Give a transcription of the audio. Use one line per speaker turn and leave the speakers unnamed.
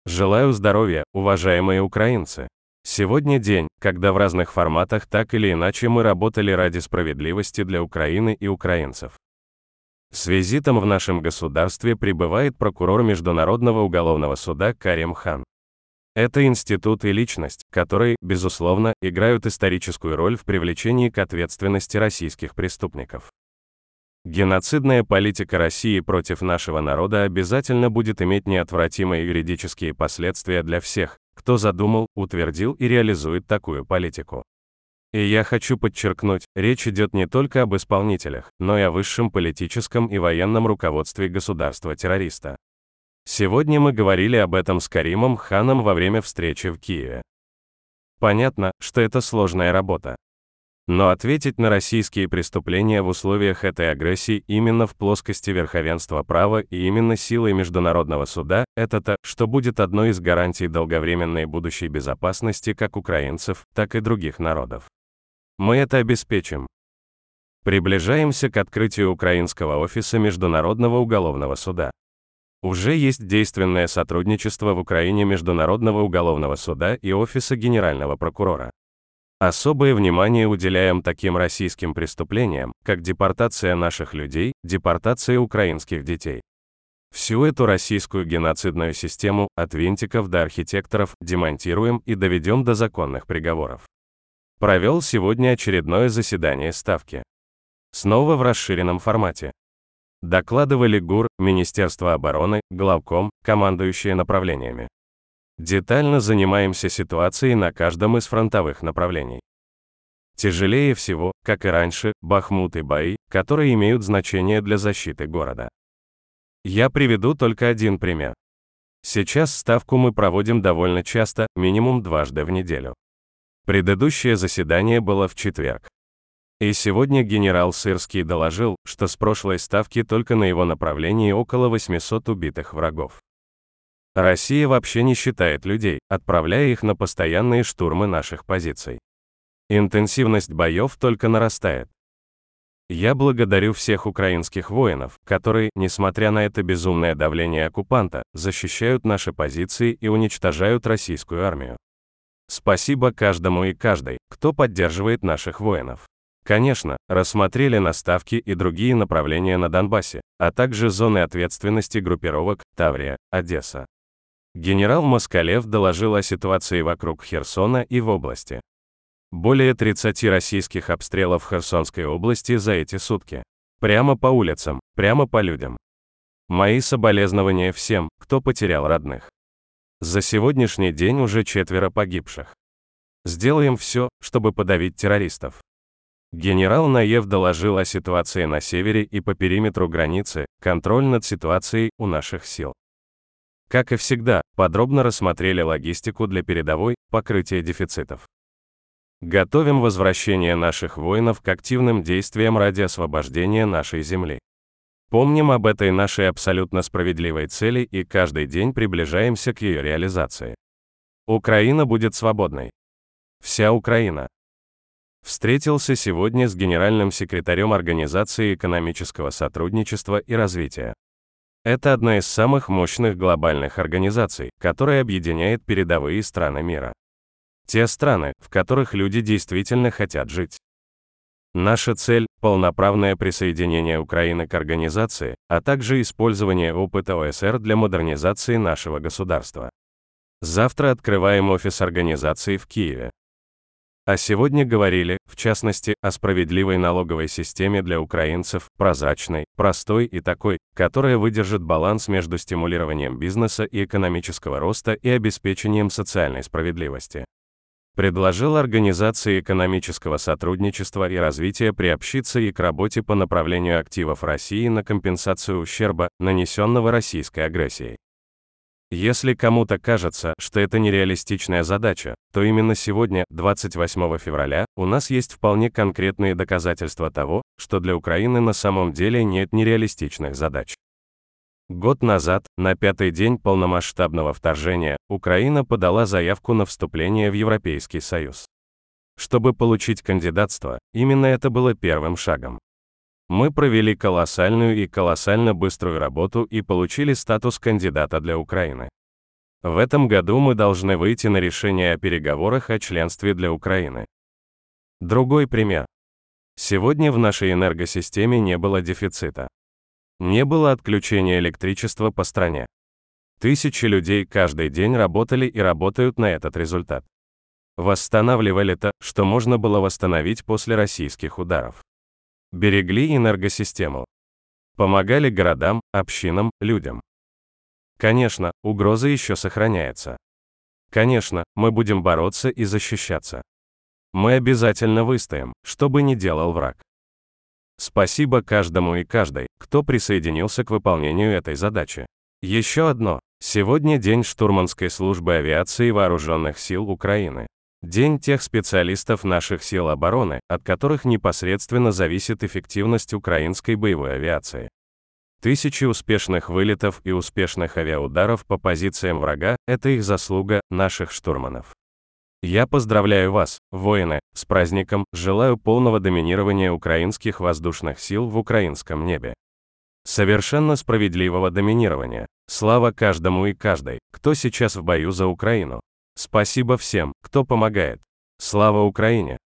Желаю здоровья, уважаемые украинцы. Сегодня день, когда в разных форматах так или иначе мы работали ради справедливости для Украины и украинцев. С визитом в нашем государстве прибывает прокурор Международного уголовного суда Карим Хан. Это институт и личность, которые, безусловно, играют историческую роль в привлечении к ответственности российских преступников. Геноцидная политика России против нашего народа обязательно будет иметь неотвратимые юридические последствия для всех, кто задумал, утвердил и реализует такую политику. И я хочу подчеркнуть, речь идет не только об исполнителях, но и о высшем политическом и военном руководстве государства-террориста. Сегодня мы говорили об этом с Каримом Ханом во время встречи в Киеве. Понятно, что это сложная работа. Но ответить на российские преступления в условиях этой агрессии именно в плоскости верховенства права и именно силой Международного суда – это то, что будет одной из гарантий долговременной будущей безопасности как украинцев, так и других народов. Мы это обеспечим. Приближаемся к открытию украинского офиса Международного уголовного суда. Уже есть действенное сотрудничество в Украине Международного уголовного суда и Офиса Генерального прокурора. Особое внимание уделяем таким российским преступлениям, как депортация наших людей, депортация украинских детей. Всю эту российскую геноцидную систему, от винтиков до архитекторов, демонтируем и доведем до законных приговоров. Провел сегодня очередное заседание Ставки. Снова в расширенном формате. Докладывали ГУР, Министерство обороны, главком, командующие направлениями. Детально занимаемся ситуацией на каждом из фронтовых направлений. Тяжелее всего, как и раньше, Бахмут и бои, которые имеют значение для защиты города. Я приведу только один пример. Сейчас Ставку мы проводим довольно часто, минимум дважды в неделю. Предыдущее заседание было в четверг. И сегодня генерал Сырский доложил, что с прошлой Ставки только на его направлении около 800 убитых врагов. Россия вообще не считает людей, отправляя их на постоянные штурмы наших позиций. Интенсивность боев только нарастает. Я благодарю всех украинских воинов, которые, несмотря на это безумное давление оккупанта, защищают наши позиции и уничтожают российскую армию. Спасибо каждому и каждой, кто поддерживает наших воинов. Конечно, рассмотрели на Ставки и другие направления на Донбассе, а также зоны ответственности группировок Таврия, Одесса. Генерал Москалев доложил о ситуации вокруг Херсона и в области. Более 30 российских обстрелов в Херсонской области за эти сутки. Прямо по улицам, прямо по людям. Мои соболезнования всем, кто потерял родных. За сегодняшний день уже 4 погибших. Сделаем все, чтобы подавить террористов. Генерал Наев доложил о ситуации на севере и по периметру границы, контроль над ситуацией у наших сил. Как и всегда, подробно рассмотрели логистику для передовой, покрытия дефицитов. Готовим возвращение наших воинов к активным действиям ради освобождения нашей земли. Помним об этой нашей абсолютно справедливой цели и каждый день приближаемся к ее реализации. Украина будет свободной. Вся Украина. Встретился сегодня с генеральным секретарем Организации экономического сотрудничества и развития. Это одна из самых мощных глобальных организаций, которая объединяет передовые страны мира. Те страны, в которых люди действительно хотят жить. Наша цель – полноправное присоединение Украины к организации, а также использование опыта ОСР для модернизации нашего государства. Завтра открываем офис организации в Киеве. А сегодня говорили, в частности, о справедливой налоговой системе для украинцев, прозрачной, простой и такой, которая выдержит баланс между стимулированием бизнеса и экономического роста и обеспечением социальной справедливости. Предложил Организации экономического сотрудничества и развития приобщиться и к работе по направлению активов России на компенсацию ущерба, нанесенного российской агрессией. Если кому-то кажется, что это нереалистичная задача, то именно сегодня, 28 февраля, у нас есть вполне конкретные доказательства того, что для Украины на самом деле нет нереалистичных задач. Год назад, на 5-й день полномасштабного вторжения, Украина подала заявку на вступление в Европейский Союз. Чтобы получить кандидатство, именно это было первым шагом. Мы провели колоссальную и колоссально быструю работу и получили статус кандидата для Украины. В этом году мы должны выйти на решение о переговорах о членстве для Украины. Другой пример. Сегодня в нашей энергосистеме не было дефицита. Не было отключения электричества по стране. Тысячи людей каждый день работали и работают на этот результат. Восстанавливали то, что можно было восстановить после российских ударов. Берегли энергосистему. Помогали городам, общинам, людям. Конечно, угроза еще сохраняется. Конечно, мы будем бороться и защищаться. Мы обязательно выстоим, что бы ни делал враг. Спасибо каждому и каждой, кто присоединился к выполнению этой задачи. Еще одно. Сегодня день штурманской службы авиации Вооруженных сил Украины. День тех специалистов наших сил обороны, от которых непосредственно зависит эффективность украинской боевой авиации. Тысячи успешных вылетов и успешных авиаударов по позициям врага – это их заслуга, наших штурманов. Я поздравляю вас, воины, с праздником, желаю полного доминирования украинских воздушных сил в украинском небе. Совершенно справедливого доминирования. Слава каждому и каждой, кто сейчас в бою за Украину. Спасибо всем, кто помогает. Слава Украине!